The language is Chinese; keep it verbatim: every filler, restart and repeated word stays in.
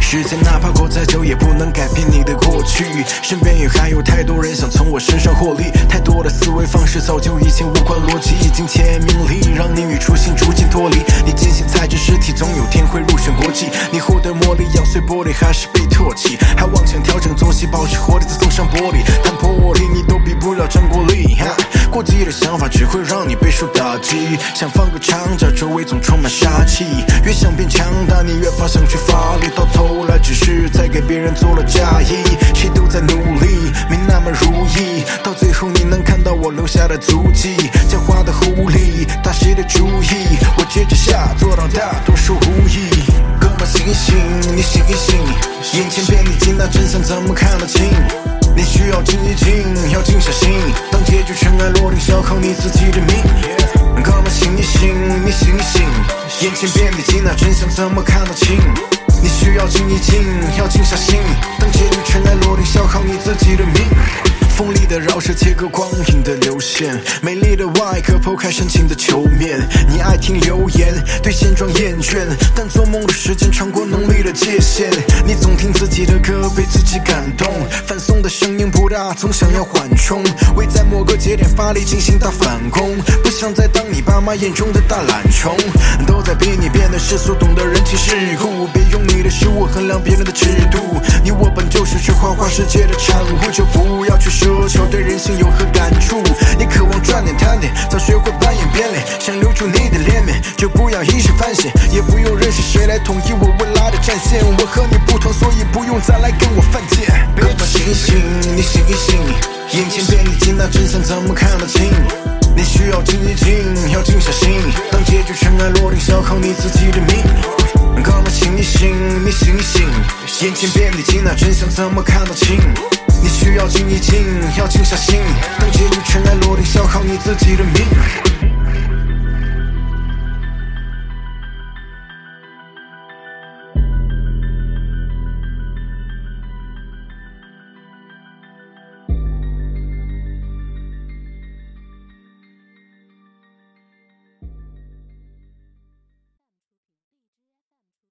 时间哪怕过再久也不能改变你的过去，身边也还有太多人想从我身上获利，太多的思维方式早就已经无关逻辑，已经签名利，让你与初心逐渐脱离。你坚信材质实体总有天会入选国际，你获得魔力咬碎玻璃还是被唾弃，还妄想调整作息保持活力再送上玻璃，谈破力你都比不了张国立。过激的想法只会让你备受打击，想放个长假周围总充满杀气，越想变强大你越怕想去发力，到头来只是在给别人做了嫁衣，谁都在努力没那么如意，到最后你能看到我留下的足迹，狡猾的狐狸打谁的主意，我接着下做到大多数无益。哥们醒一醒，你醒一醒，眼前便利近那真相怎么看得清，你需要静一静，要静下心，当结局尘埃落定消耗你自己的命。哥们醒一醒，你醒一醒，眼前便利近那真相怎么看得清，你需要静一静，要静下心，当结局尘埃落定消耗你自己的命。锋利的绕舌切割光影的流线，美丽的外壳剖开深情的球面，你爱听流言对现状厌倦，但做梦的时间超过能力的界限，你总听自己的歌被自己感动，反送的声音不大总想要缓冲，为在某个节点发力进行大反攻，不想再当你爸妈眼中的大懒虫，都在逼你变得世俗懂得人情世故，别用你的失误衡量别人的尺度，你我本就是去花花世界的产物，就不要去奢求对人性有何感触，你渴望赚点贪点早学会扮演变脸，想留住你的脸面就不要一时犯险，也不用认识谁来统一我未来的战线，我和你不同所以不用再来跟我犯贱。哥们醒一醒，你醒一醒，眼前便利近那真相怎么看得清，你需要静一静，要静下心，当结局尘埃落定消耗你自己的命。哥们醒一醒，你醒一醒，眼前便利近那真相怎么看得清，你需要静一静，要静下心，当结局尘埃落定消耗你自己的命。